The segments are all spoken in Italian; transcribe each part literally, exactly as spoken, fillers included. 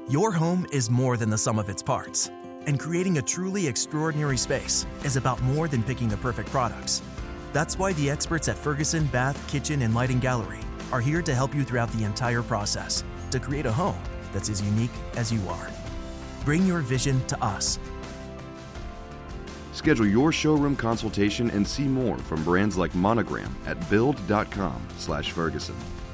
Your home is more than the sum of its parts, and creating a truly extraordinary space is about more than picking the perfect products. That's why the experts at Ferguson Bath, Kitchen, and Lighting Gallery are here to help you throughout the entire process to create a home that's as unique as you are. Bring your vision to us. Schedule your showroom consultation and see more from brands like Monogram at build.com slash Ferguson.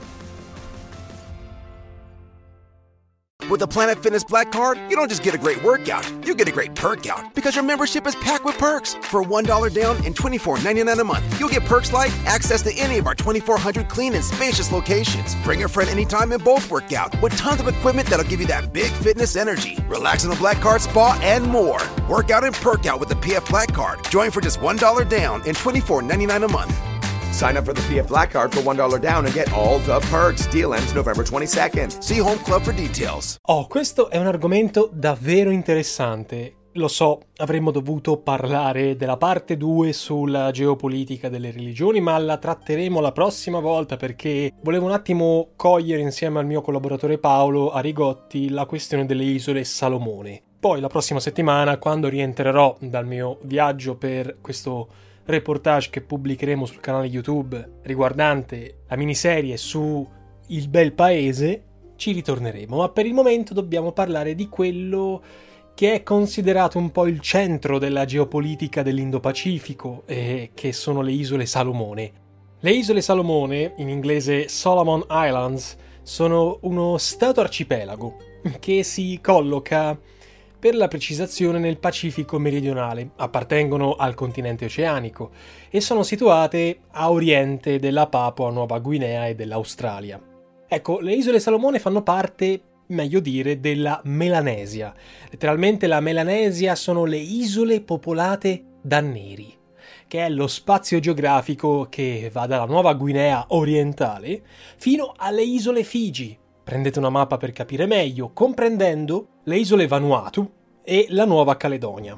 With the Planet Fitness Black Card, you don't just get a great workout, you get a great perk out because your membership is packed with perks. For one dollar down and twenty-four ninety-nine a month, you'll get perks like access to any of our twenty-four hundred clean and spacious locations. Bring a friend anytime and both work out with tons of equipment that'll give you that big fitness energy. Relax in the Black Card spa and more. Work out and perk out with the P F Black Card. Join for just one dollar down and twenty-four ninety-nine a month. Sign up for the P F Black Card for one dollar down and get all the perks. Deal ends November twenty-second. See Home Club for details. Oh, questo è un argomento davvero interessante. Lo so, avremmo dovuto parlare della parte due sulla geopolitica delle religioni, ma la tratteremo la prossima volta perché volevo un attimo cogliere insieme al mio collaboratore Paolo Arigotti la questione delle isole Salomone. Poi la prossima settimana, quando rientrerò dal mio viaggio per questo reportage che pubblicheremo sul canale YouTube riguardante la miniserie su Il Bel Paese, ci ritorneremo, ma per il momento dobbiamo parlare di quello che è considerato un po' il centro della geopolitica dell'Indo-Pacifico e che sono le isole Salomone. Le isole Salomone, in inglese Solomon Islands, sono uno stato arcipelago che si colloca, per la precisazione, nel Pacifico meridionale, appartengono al continente oceanico e sono situate a oriente della Papua Nuova Guinea e dell'Australia. Ecco, le isole Salomone fanno parte, meglio dire, della Melanesia. Letteralmente la Melanesia sono le isole popolate da neri, che è lo spazio geografico che va dalla Nuova Guinea orientale fino alle isole Figi. Prendete una mappa per capire meglio, comprendendo le isole Vanuatu e la Nuova Caledonia.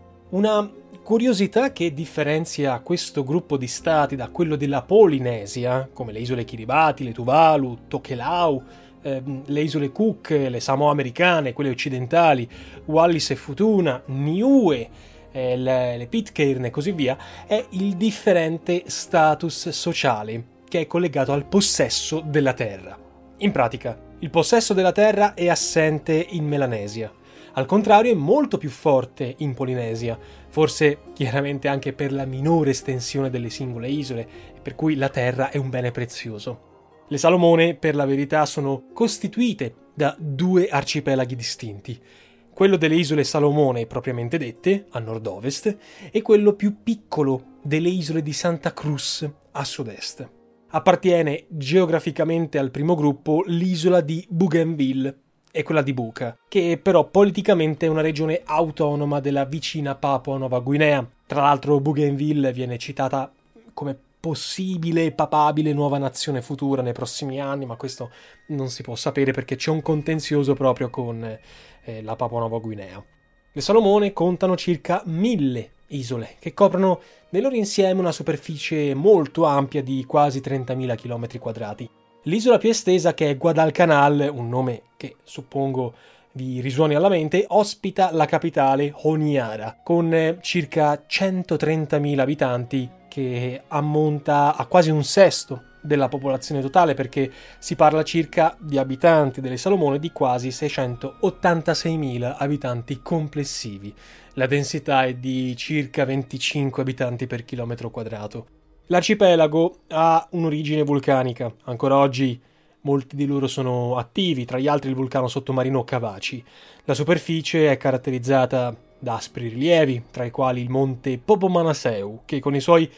Una curiosità che differenzia questo gruppo di stati da quello della Polinesia, come le isole Kiribati, le Tuvalu, Tokelau, ehm, le isole Cook, le Samoa americane, quelle occidentali, Wallis e Futuna, Niue, eh, le, le Pitcairn e così via, è il differente status sociale che è collegato al possesso della terra. In pratica, il possesso della terra è assente in Melanesia. Al contrario, è molto più forte in Polinesia, forse chiaramente anche per la minore estensione delle singole isole, per cui la terra è un bene prezioso. Le Salomone, per la verità, sono costituite da due arcipelaghi distinti. Quello delle isole Salomone propriamente dette, a nord-ovest, e quello più piccolo delle isole di Santa Cruz, a sud-est. Appartiene geograficamente al primo gruppo l'isola di Bougainville e quella di Buka, che però politicamente è una regione autonoma della vicina Papua Nuova Guinea. Tra l'altro Bougainville viene citata come possibile e papabile nuova nazione futura nei prossimi anni, ma questo non si può sapere perché c'è un contenzioso proprio con eh, la Papua Nuova Guinea. Le Salomone contano circa mille isole che coprono nel loro insieme una superficie molto ampia di quasi trentamila chilometri quadrati. L'isola più estesa, che è Guadalcanal, un nome che suppongo vi risuoni alla mente, ospita la capitale Honiara, con circa centotrentamila abitanti, che ammonta a quasi un sesto della popolazione totale, perché si parla circa di abitanti delle Salomone di quasi seicentottantaseimila abitanti complessivi. La densità è di circa venticinque abitanti per chilometro quadrato. L'arcipelago ha un'origine vulcanica. Ancora oggi molti di loro sono attivi, tra gli altri il vulcano sottomarino Cavaci. La superficie è caratterizzata da aspri rilievi, tra i quali il monte Popomanaseu, che con i suoi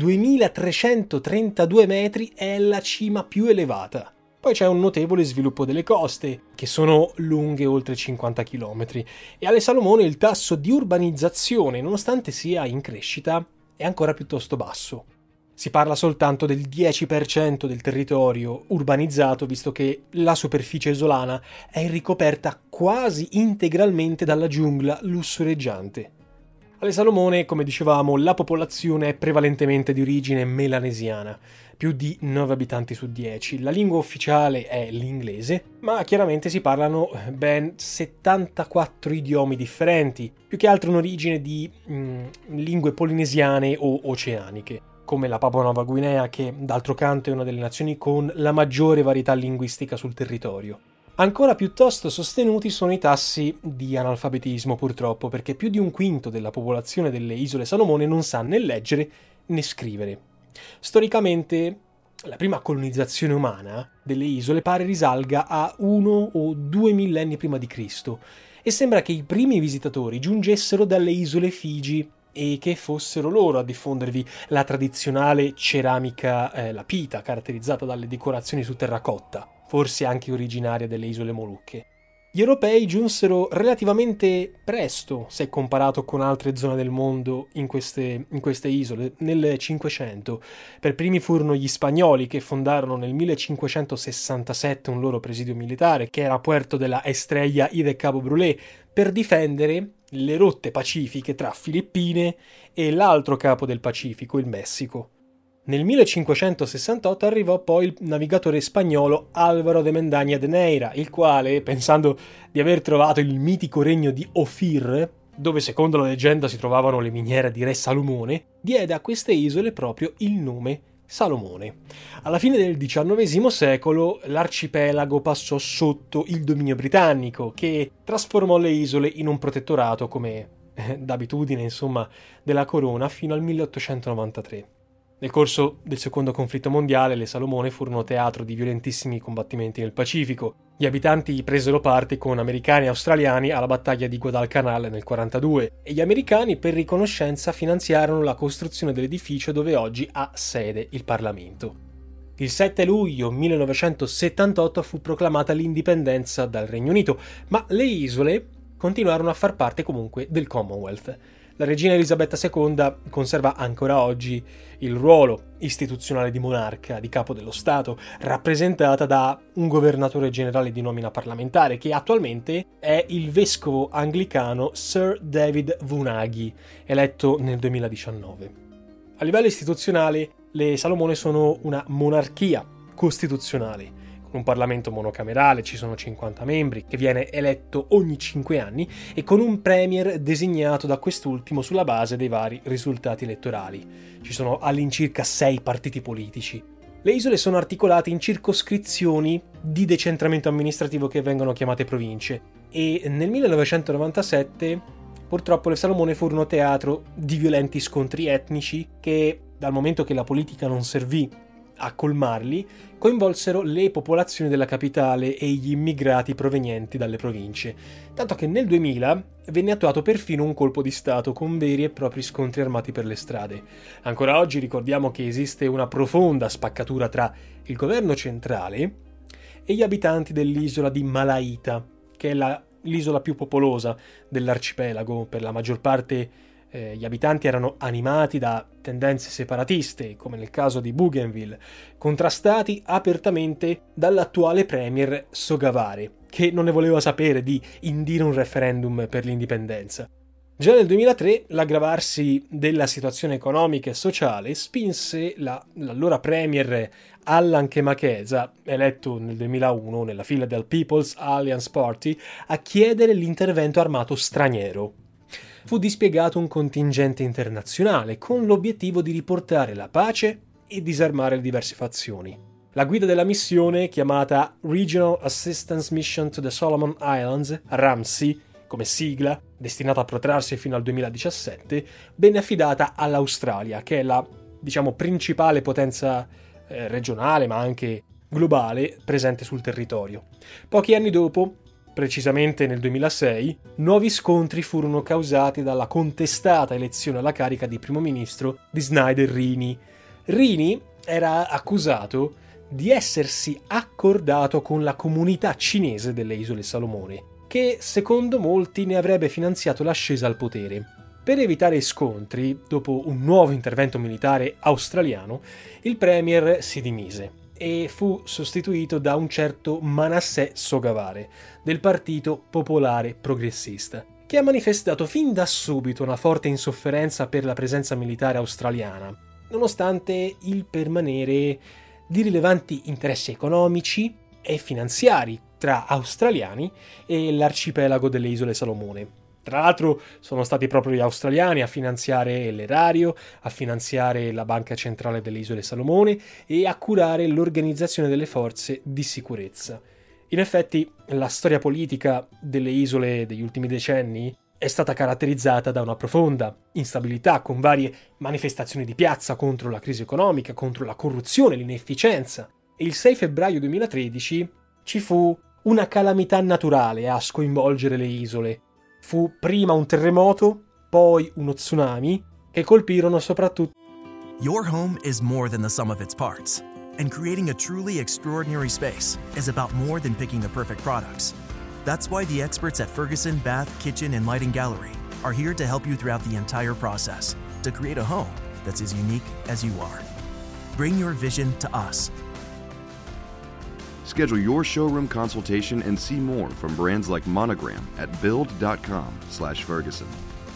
duemilatrecentotrentadue metri è la cima più elevata. Poi c'è un notevole sviluppo delle coste, che sono lunghe oltre cinquanta chilometri, e alle Salomone il tasso di urbanizzazione, nonostante sia in crescita, è ancora piuttosto basso. Si parla soltanto del dieci per cento del territorio urbanizzato, visto che la superficie isolana è ricoperta quasi integralmente dalla giungla lussureggiante. Alle Salomone, come dicevamo, la popolazione è prevalentemente di origine melanesiana, più di nove abitanti su dieci. La lingua ufficiale è l'inglese, ma chiaramente si parlano ben settantaquattro idiomi differenti, più che altro in origine di mh, lingue polinesiane o oceaniche, come la Papua Nuova Guinea, che d'altro canto è una delle nazioni con la maggiore varietà linguistica sul territorio. Ancora piuttosto sostenuti sono i tassi di analfabetismo, purtroppo, perché più di un quinto della popolazione delle isole Salomone non sa né leggere né scrivere. Storicamente, la prima colonizzazione umana delle isole pare risalga a uno o due millenni prima di Cristo, e sembra che i primi visitatori giungessero dalle isole Figi e che fossero loro a diffondervi la tradizionale ceramica eh, lapita, caratterizzata dalle decorazioni su terracotta, forse anche originaria delle isole Molucche. Gli europei giunsero relativamente presto, se comparato con altre zone del mondo, in queste, in queste isole, nel Cinquecento. Per primi furono gli spagnoli, che fondarono nel millecinquecentosessantasette un loro presidio militare, che era a Puerto de la Estrella y de Cabo Brûlé, per difendere le rotte pacifiche tra Filippine e l'altro capo del Pacifico, il Messico. Nel millecinquecentosessantotto arrivò poi il navigatore spagnolo Álvaro de Mendaña de Neira, il quale, pensando di aver trovato il mitico regno di Ofir, dove secondo la leggenda si trovavano le miniere di re Salomone, diede a queste isole proprio il nome Salomone. Alla fine del diciannovesimo secolo l'arcipelago passò sotto il dominio britannico, che trasformò le isole in un protettorato, come eh, d'abitudine, insomma, della corona, fino al milleottocentonovantatré. Nel corso del secondo conflitto mondiale le Salomone furono teatro di violentissimi combattimenti nel Pacifico. Gli abitanti presero parte con americani e australiani alla battaglia di Guadalcanal nel millenovecentoquarantadue e gli americani, per riconoscenza, finanziarono la costruzione dell'edificio dove oggi ha sede il Parlamento. Il sette luglio millenovecentosettantotto fu proclamata l'indipendenza dal Regno Unito, ma le isole continuarono a far parte comunque del Commonwealth. La regina Elisabetta seconda conserva ancora oggi il ruolo istituzionale di monarca, di capo dello Stato, rappresentata da un governatore generale di nomina parlamentare, che attualmente è il vescovo anglicano Sir David Vunaghi, eletto nel duemiladiciannove. A livello istituzionale, le Salomone sono una monarchia costituzionale, un Parlamento monocamerale, ci sono cinquanta membri, che viene eletto ogni cinque anni e con un premier designato da quest'ultimo sulla base dei vari risultati elettorali. Ci sono all'incirca sei partiti politici. Le isole sono articolate in circoscrizioni di decentramento amministrativo che vengono chiamate province e nel millenovecentonovantasette purtroppo le Salomone furono teatro di violenti scontri etnici che, dal momento che la politica non servì a colmarli, coinvolsero le popolazioni della capitale e gli immigrati provenienti dalle province, tanto che nel duemila venne attuato perfino un colpo di stato con veri e propri scontri armati per le strade. Ancora oggi ricordiamo che esiste una profonda spaccatura tra il governo centrale e gli abitanti dell'isola di Malaita, che è la, l'isola più popolosa dell'arcipelago. Per la maggior parte Eh, gli abitanti erano animati da tendenze separatiste, come nel caso di Bougainville, contrastati apertamente dall'attuale premier Sogavare, che non ne voleva sapere di indire un referendum per l'indipendenza. Già nel duemilatré l'aggravarsi della situazione economica e sociale spinse la, l'allora premier Allan Kemakeza, eletto nel duemilauno nella fila del People's Alliance Party, a chiedere l'intervento armato straniero. Fu dispiegato un contingente internazionale con l'obiettivo di riportare la pace e disarmare le diverse fazioni. La guida della missione, chiamata Regional Assistance Mission to the Solomon Islands, RAMSI, come sigla, destinata a protrarsi fino al duemiladiciassette, venne affidata all'Australia, che è la, diciamo, principale potenza eh, regionale, ma anche globale, presente sul territorio. Pochi anni dopo, precisamente nel duemilasei, nuovi scontri furono causati dalla contestata elezione alla carica di primo ministro di Snyder Rini. Rini era accusato di essersi accordato con la comunità cinese delle isole Salomone, che secondo molti ne avrebbe finanziato l'ascesa al potere. Per evitare scontri, dopo un nuovo intervento militare australiano, il premier si dimise e fu sostituito da un certo Manasseh Sogavare, del Partito Popolare Progressista, che ha manifestato fin da subito una forte insofferenza per la presenza militare australiana, nonostante il permanere di rilevanti interessi economici e finanziari tra australiani e l'arcipelago delle Isole Salomone. Tra l'altro sono stati proprio gli australiani a finanziare l'erario, a finanziare la Banca Centrale delle Isole Salomone e a curare l'organizzazione delle forze di sicurezza. In effetti, la storia politica delle isole degli ultimi decenni è stata caratterizzata da una profonda instabilità, con varie manifestazioni di piazza contro la crisi economica, contro la corruzione, l'inefficienza. E il sei febbraio duemilatredici ci fu una calamità naturale a sconvolgere le isole. Fu prima un terremoto, poi uno tsunami, che colpirono soprattutto. Your home is more than the sum of its parts, and creating a truly extraordinary space is about more than picking the perfect products. That's why the experts at Ferguson Bath, Kitchen, and Lighting Gallery are here to help you throughout the entire process to create a home that's as unique as you are. Bring your vision to us. Schedule your showroom consultation and see more from brands like Monogram at build.com slash Ferguson.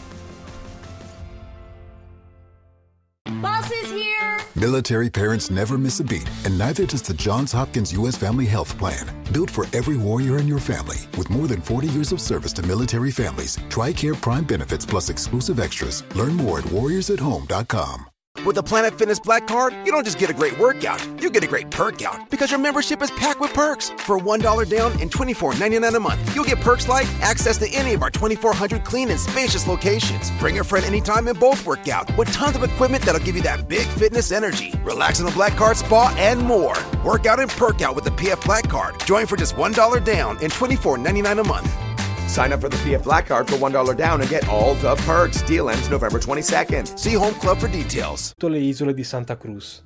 Boss is here! Military parents never miss a beat, and neither does the Johns Hopkins U S Family Health Plan. Built for every warrior in your family. With more than forty years of service to military families, TRICARE Prime benefits plus exclusive extras. Learn more at warriors at home dot com. With the Planet Fitness Black Card, you don't just get a great workout, you get a great perk out because your membership is packed with perks. For one dollar down and twenty-four ninety-nine a month, you'll get perks like access to any of our twenty-four hundred clean and spacious locations. Bring a friend anytime and both work out with tons of equipment that'll give you that big fitness energy. Relax in the Black Card spa and more. Work out and perk out with the P F Black Card. Join for just one dollar down and twenty-four ninety-nine a month. Sign up for the P F Black Card for one dollar down and get all the perks. Deal ends November twenty-second. See Home Club for details. Le isole di Santa Cruz.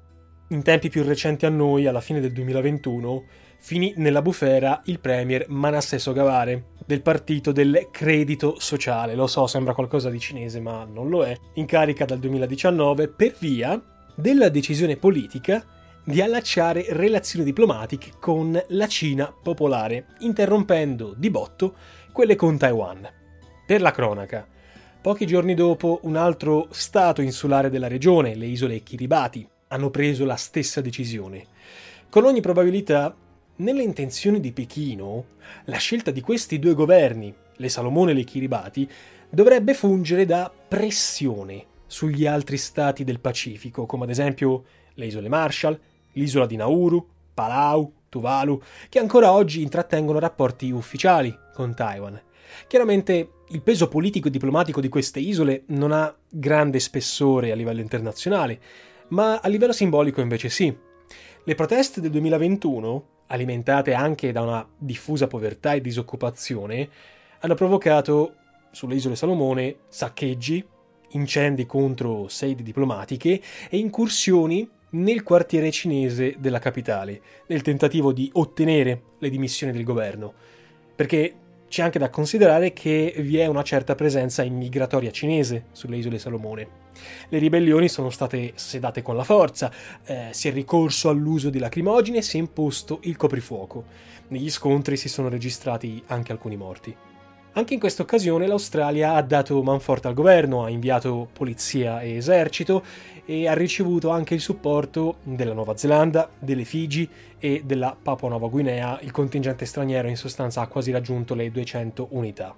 In tempi più recenti a noi, alla fine del duemilaventuno, finì nella bufera il premier Manasseh Sogavare, del partito del Credito Sociale. Lo so, sembra qualcosa di cinese, ma non lo è. In carica dal duemiladiciannove per via della decisione politica di allacciare relazioni diplomatiche con la Cina popolare, interrompendo di botto quelle con Taiwan. Per la cronaca, pochi giorni dopo un altro stato insulare della regione, le isole Kiribati, hanno preso la stessa decisione. Con ogni probabilità, nelle intenzioni di Pechino, la scelta di questi due governi, le Salomone e le Kiribati, dovrebbe fungere da pressione sugli altri stati del Pacifico, come ad esempio le isole Marshall, l'isola di Nauru, Palau, Tuvalu, che ancora oggi intrattengono rapporti ufficiali con Taiwan. Chiaramente il peso politico e diplomatico di queste isole non ha grande spessore a livello internazionale, ma a livello simbolico invece sì. Le proteste del duemilaventuno, alimentate anche da una diffusa povertà e disoccupazione, hanno provocato sulle isole Salomone saccheggi, incendi contro sedi diplomatiche e incursioni nel quartiere cinese della capitale, nel tentativo di ottenere le dimissioni del governo. Perché c'è anche da considerare che vi è una certa presenza immigratoria cinese sulle isole Salomone. Le ribellioni sono state sedate con la forza, eh, si è ricorso all'uso di lacrimogene e si è imposto il coprifuoco. Negli scontri si sono registrati anche alcuni morti. Anche in questa occasione l'Australia ha dato manforte al governo, ha inviato polizia e esercito e ha ricevuto anche il supporto della Nuova Zelanda, delle Figi e della Papua Nuova Guinea. Il contingente straniero in sostanza ha quasi raggiunto le duecento unità.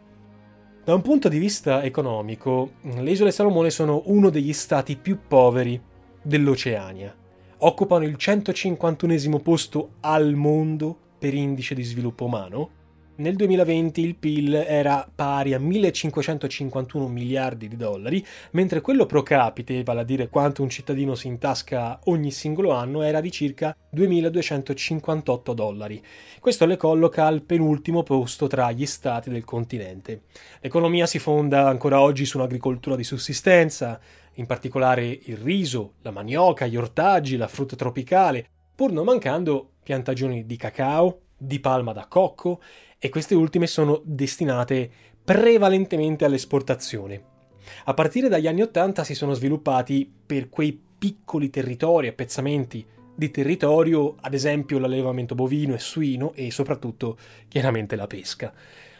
Da un punto di vista economico, le isole Salomone sono uno degli stati più poveri dell'Oceania. Occupano il centocinquantunesimo posto al mondo per indice di sviluppo umano. Nel duemilaventi il P I L era pari a millecinquecentocinquantuno miliardi di dollari, mentre quello pro capite, vale a dire quanto un cittadino si intasca ogni singolo anno, era di circa duemiladuecentocinquantotto dollari. Questo le colloca al penultimo posto tra gli stati del continente. L'economia si fonda ancora oggi su un'agricoltura di sussistenza, in particolare il riso, la manioca, gli ortaggi, la frutta tropicale, pur non mancando piantagioni di cacao, di palma da cocco, e queste ultime sono destinate prevalentemente all'esportazione. A partire dagli anni Ottanta si sono sviluppati per quei piccoli territori, appezzamenti di territorio, ad esempio l'allevamento bovino e suino e soprattutto chiaramente la pesca.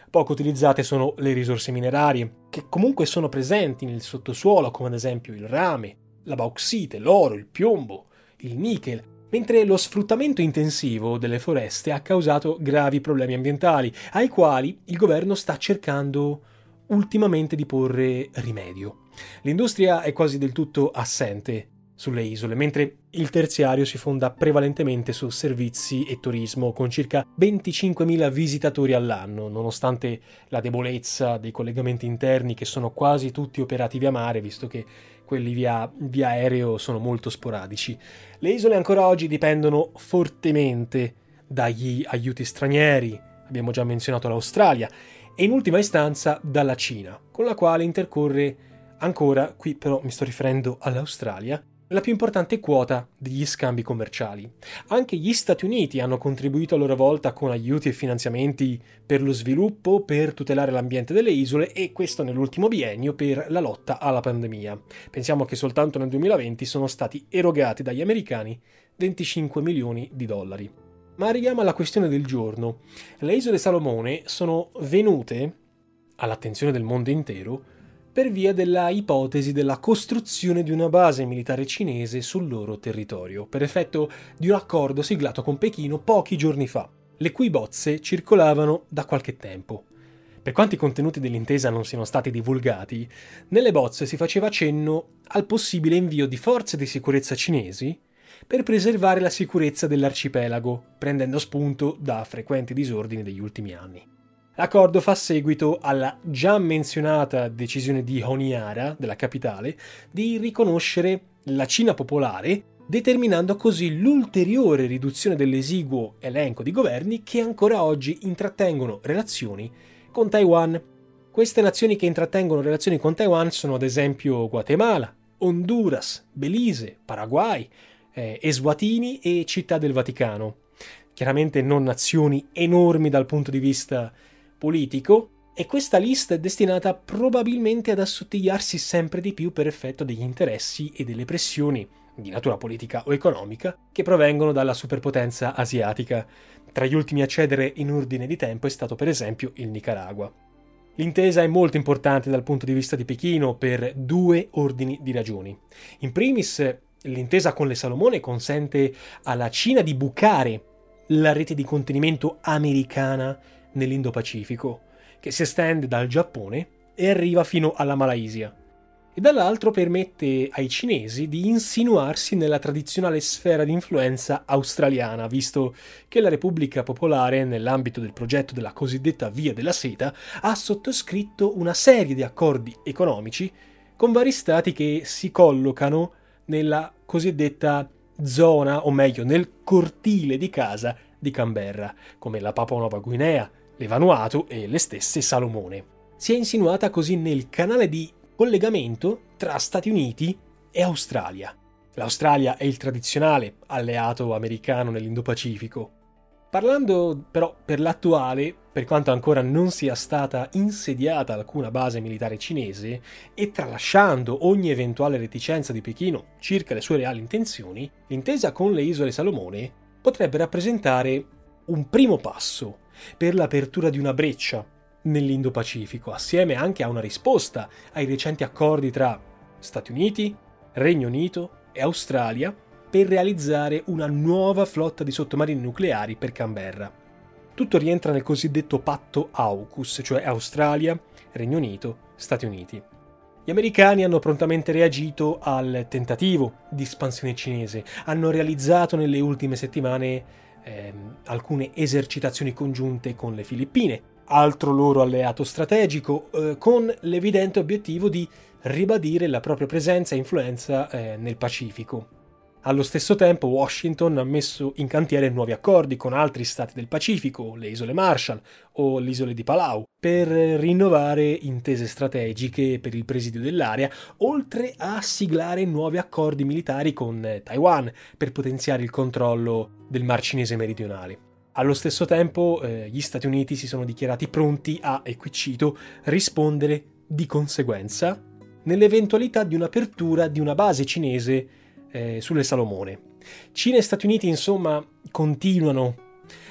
Poco utilizzate sono le risorse minerarie, che comunque sono presenti nel sottosuolo, come ad esempio il rame, la bauxite, l'oro, il piombo, il nichel, mentre lo sfruttamento intensivo delle foreste ha causato gravi problemi ambientali, ai quali il governo sta cercando ultimamente di porre rimedio. L'industria è quasi del tutto assente sulle isole, mentre il terziario si fonda prevalentemente su servizi e turismo, con circa venticinquemila visitatori all'anno, nonostante la debolezza dei collegamenti interni che sono quasi tutti operati via mare, visto che quelli via, via aereo sono molto sporadici. Le isole ancora oggi dipendono fortemente dagli aiuti stranieri, abbiamo già menzionato l'Australia, e in ultima istanza dalla Cina, con la quale intercorre ancora, qui però mi sto riferendo all'Australia, la più importante quota degli scambi commerciali. Anche gli Stati Uniti hanno contribuito a loro volta con aiuti e finanziamenti per lo sviluppo, per tutelare l'ambiente delle isole, e questo nell'ultimo biennio per la lotta alla pandemia. Pensiamo che soltanto nel duemilaventi sono stati erogati dagli americani venticinque milioni di dollari. Ma arriviamo alla questione del giorno. Le isole Salomone sono venute all'attenzione del mondo intero per via della ipotesi della costruzione di una base militare cinese sul loro territorio, per effetto di un accordo siglato con Pechino pochi giorni fa, le cui bozze circolavano da qualche tempo. Per quanto i contenuti dell'intesa non siano stati divulgati, nelle bozze si faceva cenno al possibile invio di forze di sicurezza cinesi per preservare la sicurezza dell'arcipelago, prendendo spunto da frequenti disordini degli ultimi anni. L'accordo fa seguito alla già menzionata decisione di Honiara, della capitale, di riconoscere la Cina popolare, determinando così l'ulteriore riduzione dell'esiguo elenco di governi che ancora oggi intrattengono relazioni con Taiwan. Queste nazioni che intrattengono relazioni con Taiwan sono ad esempio Guatemala, Honduras, Belize, Paraguay, eh, Eswatini e Città del Vaticano. Chiaramente non nazioni enormi dal punto di vista politico, e questa lista è destinata probabilmente ad assottigliarsi sempre di più per effetto degli interessi e delle pressioni di natura politica o economica che provengono dalla superpotenza asiatica. Tra gli ultimi a cedere in ordine di tempo è stato per esempio il Nicaragua. L'intesa è molto importante dal punto di vista di Pechino per due ordini di ragioni. In primis, l'intesa con le Salomone consente alla Cina di bucare la rete di contenimento americana nell'Indo-Pacifico, che si estende dal Giappone e arriva fino alla Malaysia, e dall'altro permette ai cinesi di insinuarsi nella tradizionale sfera di influenza australiana, visto che la Repubblica Popolare, nell'ambito del progetto della cosiddetta Via della Seta, ha sottoscritto una serie di accordi economici con vari stati che si collocano nella cosiddetta zona, o meglio nel cortile di casa di Canberra, come la Papua Nuova Guinea, le Vanuatu e le stesse Salomone. Si è insinuata così nel canale di collegamento tra Stati Uniti e Australia. L'Australia è il tradizionale alleato americano nell'Indo-Pacifico. Parlando però per l'attuale, per quanto ancora non sia stata insediata alcuna base militare cinese, e tralasciando ogni eventuale reticenza di Pechino circa le sue reali intenzioni, l'intesa con le isole Salomone potrebbe rappresentare un primo passo per l'apertura di una breccia nell'Indo-Pacifico, assieme anche a una risposta ai recenti accordi tra Stati Uniti, Regno Unito e Australia per realizzare una nuova flotta di sottomarini nucleari per Canberra. Tutto rientra nel cosiddetto patto AUKUS, cioè Australia, Regno Unito, Stati Uniti. Gli americani hanno prontamente reagito al tentativo di espansione cinese, hanno realizzato nelle ultime settimane ehm, alcune esercitazioni congiunte con le Filippine, altro loro alleato strategico, eh, con l'evidente obiettivo di ribadire la propria presenza e influenza eh, nel Pacifico. Allo stesso tempo Washington ha messo in cantiere nuovi accordi con altri stati del Pacifico, le isole Marshall o le isole di Palau, per rinnovare intese strategiche per il presidio dell'area, oltre a siglare nuovi accordi militari con Taiwan per potenziare il controllo del Mar Cinese meridionale. Allo stesso tempo eh, gli Stati Uniti si sono dichiarati pronti a, e qui cito, rispondere di conseguenza nell'eventualità di un'apertura di una base cinese Eh, sulle Salomone. Cina e Stati Uniti, insomma, continuano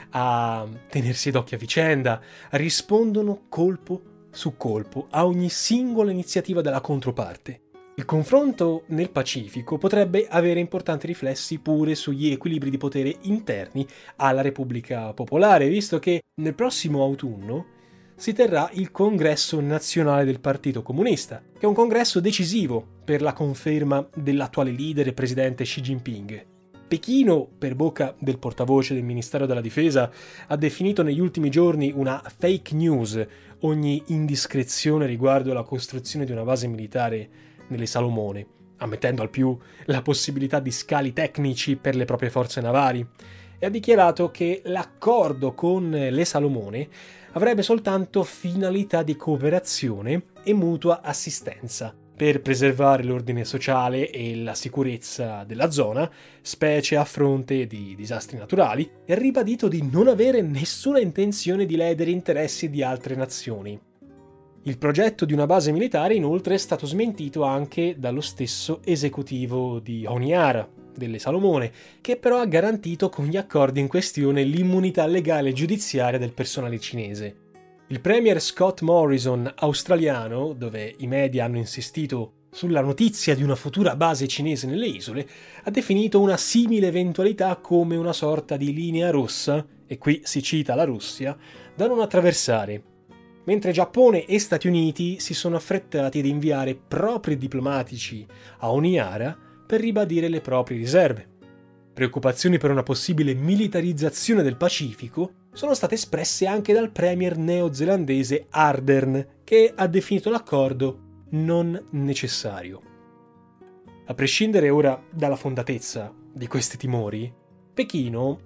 a tenersi d'occhio a vicenda, rispondono colpo su colpo a ogni singola iniziativa della controparte. Il confronto nel Pacifico potrebbe avere importanti riflessi pure sugli equilibri di potere interni alla Repubblica Popolare, visto che nel prossimo autunno si terrà il Congresso Nazionale del Partito Comunista, che è un congresso decisivo per la conferma dell'attuale leader e presidente Xi Jinping. Pechino, per bocca del portavoce del Ministero della Difesa, ha definito negli ultimi giorni una fake news ogni indiscrezione riguardo alla costruzione di una base militare nelle Salomone, ammettendo al più la possibilità di scali tecnici per le proprie forze navali, e ha dichiarato che l'accordo con le Salomone avrebbe soltanto finalità di cooperazione e mutua assistenza per preservare l'ordine sociale e la sicurezza della zona, specie a fronte di disastri naturali, e ha ribadito di non avere nessuna intenzione di ledere interessi di altre nazioni. Il progetto di una base militare inoltre è stato smentito anche dallo stesso esecutivo di Honiara, delle Salomone, che però ha garantito con gli accordi in questione l'immunità legale e giudiziaria del personale cinese. Il premier Scott Morrison australiano, dove i media hanno insistito sulla notizia di una futura base cinese nelle isole, ha definito una simile eventualità come una sorta di linea rossa, e qui si cita la Russia, da non attraversare. Mentre Giappone e Stati Uniti si sono affrettati ad inviare propri diplomatici a Honiara per ribadire le proprie riserve. Preoccupazioni per una possibile militarizzazione del Pacifico sono state espresse anche dal premier neozelandese Ardern, che ha definito l'accordo non necessario. A prescindere ora dalla fondatezza di questi timori, Pechino...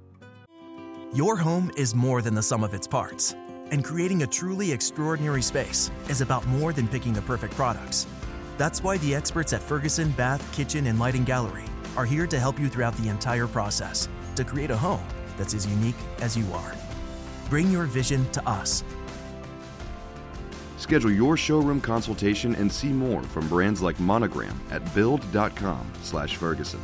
Your home is more than the sum of its parts. And creating a truly extraordinary space is about more than picking the perfect products. That's why the experts at Ferguson Bath, Kitchen, and Lighting Gallery are here to help you throughout the entire process to create a home that's as unique as you are. Bring your vision to us. Schedule your showroom consultation and see more from brands like Monogram at build.com slash Ferguson.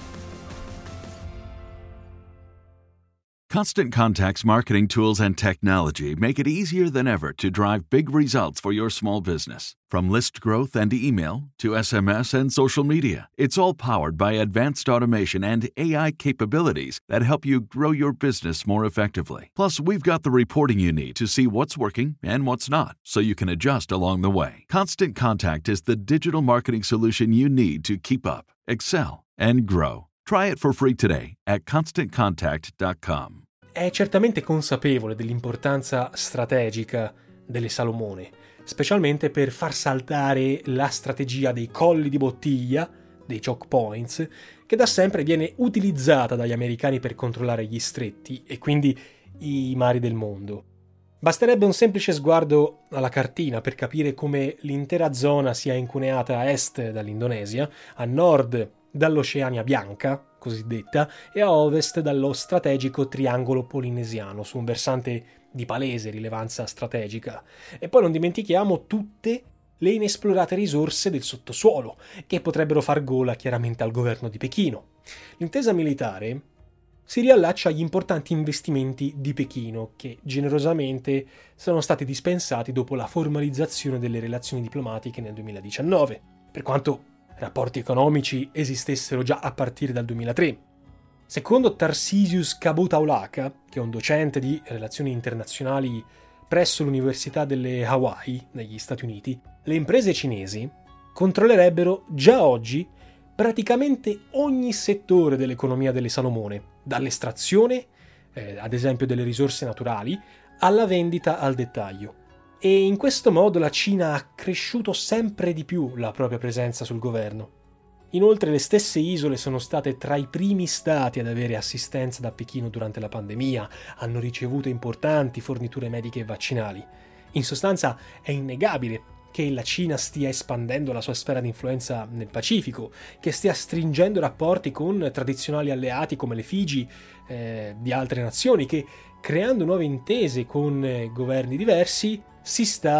Constant Contact's marketing tools and technology make it easier than ever to drive big results for your small business. From list growth and email to S M S and social media, it's all powered by advanced automation and A I capabilities that help you grow your business more effectively. Plus, we've got the reporting you need to see what's working and what's not, so you can adjust along the way. Constant Contact is the digital marketing solution you need to keep up, excel, and grow. Try it for free today at constant contact dot com. È certamente consapevole dell'importanza strategica delle Salomone, specialmente per far saltare la strategia dei colli di bottiglia, dei choke points, che da sempre viene utilizzata dagli americani per controllare gli stretti e quindi i mari del mondo. Basterebbe un semplice sguardo alla cartina per capire come l'intera zona sia incuneata a est dall'Indonesia, a nord dall'Oceania Bianca, cosiddetta, e a ovest dallo strategico triangolo polinesiano, su un versante di palese rilevanza strategica. E poi non dimentichiamo tutte le inesplorate risorse del sottosuolo, che potrebbero far gola chiaramente al governo di Pechino. L'intesa militare si riallaccia agli importanti investimenti di Pechino, che generosamente sono stati dispensati dopo la formalizzazione delle relazioni diplomatiche nel duemiladiciannove, per quanto rapporti economici esistessero già a partire dal duemilatré. Secondo Tarsisius Kabutaulaka, che è un docente di relazioni internazionali presso l'Università delle Hawaii, negli Stati Uniti, le imprese cinesi controllerebbero già oggi praticamente ogni settore dell'economia delle Salomone, dall'estrazione, eh, ad esempio delle risorse naturali, alla vendita al dettaglio. E in questo modo la Cina ha cresciuto sempre di più la propria presenza sul governo. Inoltre le stesse isole sono state tra i primi stati ad avere assistenza da Pechino durante la pandemia, hanno ricevuto importanti forniture mediche e vaccinali. In sostanza è innegabile che la Cina stia espandendo la sua sfera di influenza nel Pacifico, che stia stringendo rapporti con tradizionali alleati come le Figi eh, di altre nazioni, che creando nuove intese con eh, governi diversi si sta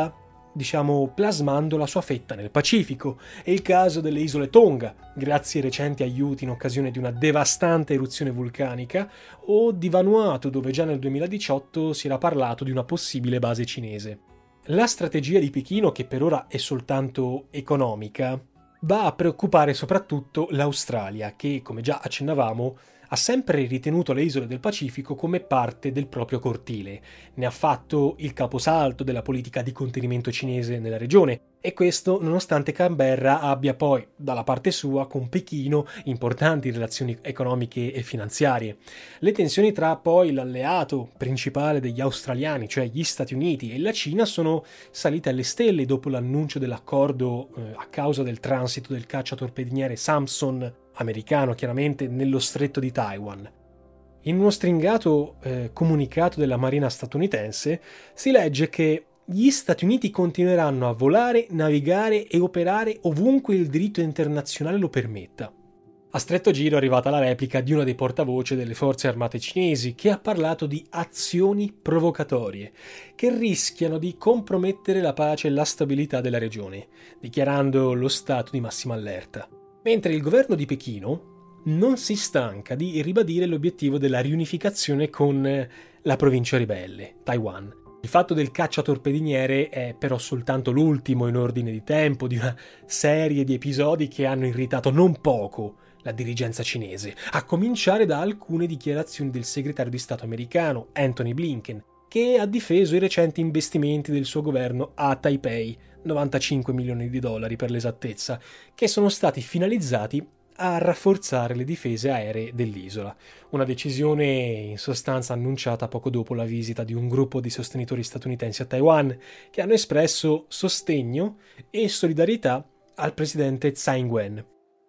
diciamo plasmando la sua fetta nel Pacifico. È il caso delle isole Tonga, grazie ai recenti aiuti in occasione di una devastante eruzione vulcanica, o di Vanuatu, dove già nel duemiladiciotto si era parlato di una possibile base cinese. La strategia di Pechino, che per ora è soltanto economica, va a preoccupare soprattutto l'Australia, che, come già accennavamo, ha sempre ritenuto le isole del Pacifico come parte del proprio cortile. Ne ha fatto il caposalto della politica di contenimento cinese nella regione, e questo nonostante Canberra abbia poi, dalla parte sua, con Pechino, importanti relazioni economiche e finanziarie. Le tensioni tra poi l'alleato principale degli australiani, cioè gli Stati Uniti, e la Cina sono salite alle stelle dopo l'annuncio dell'accordo eh, a causa del transito del cacciatorpediniere Samson, americano chiaramente, nello stretto di Taiwan. In uno stringato eh, comunicato della Marina statunitense si legge che gli Stati Uniti continueranno a volare, navigare e operare ovunque il diritto internazionale lo permetta. A stretto giro è arrivata la replica di uno dei portavoce delle forze armate cinesi, che ha parlato di azioni provocatorie che rischiano di compromettere la pace e la stabilità della regione, dichiarando lo stato di massima allerta. Mentre il governo di Pechino non si stanca di ribadire l'obiettivo della riunificazione con la provincia ribelle, Taiwan. Il fatto del cacciatorpediniere è però soltanto l'ultimo in ordine di tempo di una serie di episodi che hanno irritato non poco la dirigenza cinese, a cominciare da alcune dichiarazioni del segretario di Stato americano Antony Blinken, che ha difeso i recenti investimenti del suo governo a Taipei, novantacinque milioni di dollari per l'esattezza, che sono stati finalizzati a rafforzare le difese aeree dell'isola. Una decisione in sostanza annunciata poco dopo la visita di un gruppo di sostenitori statunitensi a Taiwan, che hanno espresso sostegno e solidarietà al presidente Tsai Ing-wen.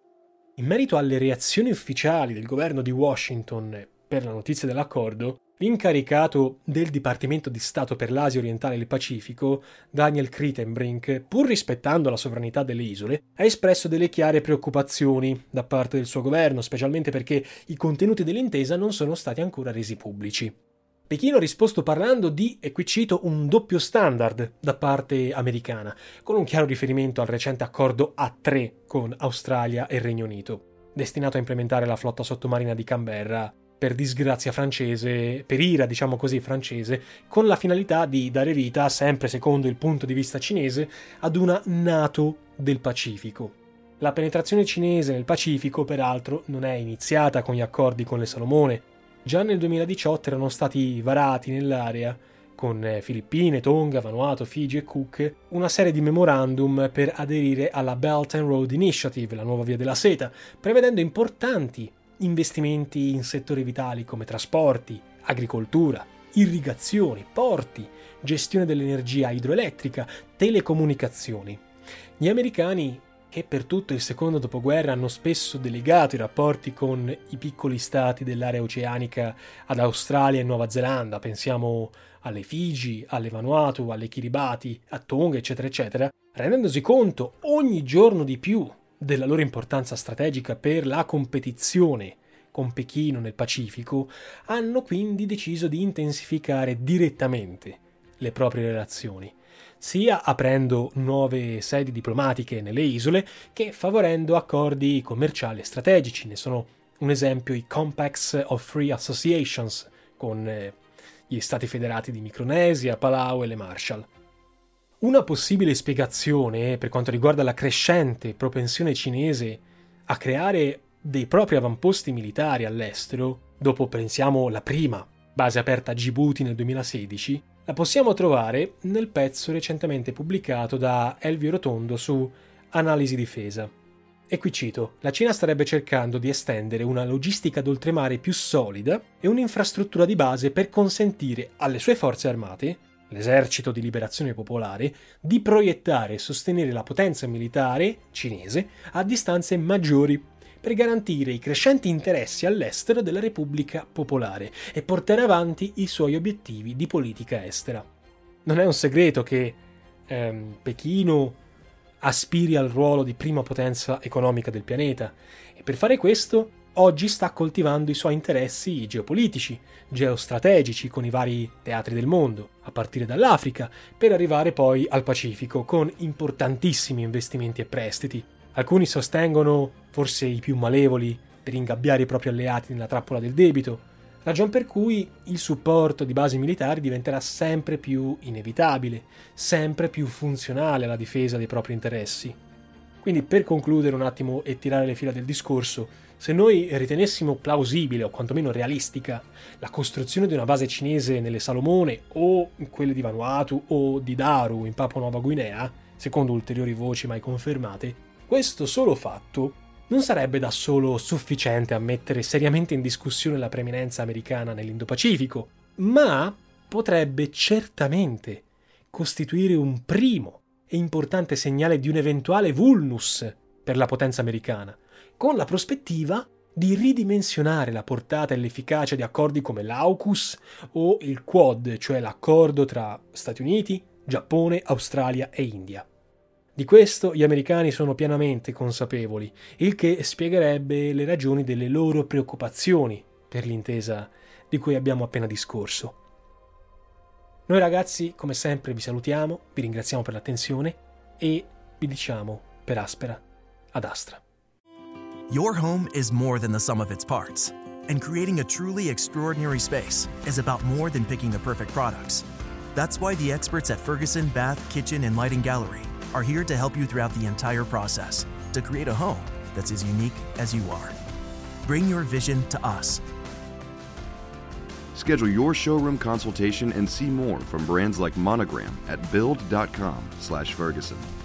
In merito alle reazioni ufficiali del governo di Washington per la notizia dell'accordo, l'incaricato del Dipartimento di Stato per l'Asia orientale e il Pacifico, Daniel Kritenbrink, pur rispettando la sovranità delle isole, ha espresso delle chiare preoccupazioni da parte del suo governo, specialmente perché i contenuti dell'intesa non sono stati ancora resi pubblici. Pechino ha risposto parlando di, e qui cito, un doppio standard da parte americana, con un chiaro riferimento al recente accordo A tre con Australia e Regno Unito, destinato a implementare la flotta sottomarina di Canberra, per disgrazia francese, per ira diciamo così francese, con la finalità di dare vita, sempre secondo il punto di vista cinese, ad una NATO del Pacifico. La penetrazione cinese nel Pacifico, peraltro, non è iniziata con gli accordi con le Salomone. Già nel duemiladiciotto erano stati varati nell'area, con Filippine, Tonga, Vanuatu, Figi e Cook, una serie di memorandum per aderire alla Belt and Road Initiative, la nuova via della seta, prevedendo importanti investimenti in settori vitali come trasporti, agricoltura, irrigazioni, porti, gestione dell'energia idroelettrica, telecomunicazioni. Gli americani, che per tutto il secondo dopoguerra hanno spesso delegato i rapporti con i piccoli stati dell'area oceanica ad Australia e Nuova Zelanda, pensiamo alle Figi, alle Vanuatu, alle Kiribati, a Tonga, eccetera, eccetera, rendendosi conto ogni giorno di più della loro importanza strategica per la competizione con Pechino nel Pacifico, hanno quindi deciso di intensificare direttamente le proprie relazioni, sia aprendo nuove sedi diplomatiche nelle isole che favorendo accordi commerciali e strategici. Ne sono un esempio i Compacts of Free Associations con gli Stati Federati di Micronesia, Palau e le Marshall. Una possibile spiegazione per quanto riguarda la crescente propensione cinese a creare dei propri avamposti militari all'estero, dopo pensiamo la prima base aperta a Djibouti nel duemilasedici, la possiamo trovare nel pezzo recentemente pubblicato da Elvio Rotondo su Analisi Difesa. E qui cito: la Cina starebbe cercando di estendere una logistica d'oltremare più solida e un'infrastruttura di base per consentire alle sue forze armate, l'esercito di liberazione popolare, di proiettare e sostenere la potenza militare cinese a distanze maggiori per garantire i crescenti interessi all'estero della Repubblica Popolare e portare avanti i suoi obiettivi di politica estera. Non è un segreto che ehm, Pechino aspiri al ruolo di prima potenza economica del pianeta e per fare questo oggi sta coltivando i suoi interessi geopolitici, geostrategici con i vari teatri del mondo, a partire dall'Africa, per arrivare poi al Pacifico con importantissimi investimenti e prestiti. Alcuni sostengono, forse i più malevoli, per ingabbiare i propri alleati nella trappola del debito, ragion per cui il supporto di basi militari diventerà sempre più inevitabile, sempre più funzionale alla difesa dei propri interessi. Quindi, per concludere un attimo e tirare le fila del discorso, se noi ritenessimo plausibile o quantomeno realistica la costruzione di una base cinese nelle Salomone o quelle di Vanuatu o di Daru in Papua Nuova Guinea, secondo ulteriori voci mai confermate, questo solo fatto non sarebbe da solo sufficiente a mettere seriamente in discussione la preeminenza americana nell'Indo-Pacifico, ma potrebbe certamente costituire un primo e importante segnale di un eventuale vulnus per la potenza americana, con la prospettiva di ridimensionare la portata e l'efficacia di accordi come l'AUKUS o il Quad, cioè l'accordo tra Stati Uniti, Giappone, Australia e India. Di questo gli americani sono pienamente consapevoli, il che spiegherebbe le ragioni delle loro preoccupazioni per l'intesa di cui abbiamo appena discorso. Noi ragazzi, come sempre, vi salutiamo, vi ringraziamo per l'attenzione e vi diciamo per Aspera ad Astra. Your home is more than the sum of its parts, and creating a truly extraordinary space is about more than picking the perfect products. That's why the experts at Ferguson Bath, Kitchen, and Lighting Gallery are here to help you throughout the entire process to create a home that's as unique as you are. Bring your vision to us. Schedule your showroom consultation and see more from brands like Monogram at build dot com slash Ferguson.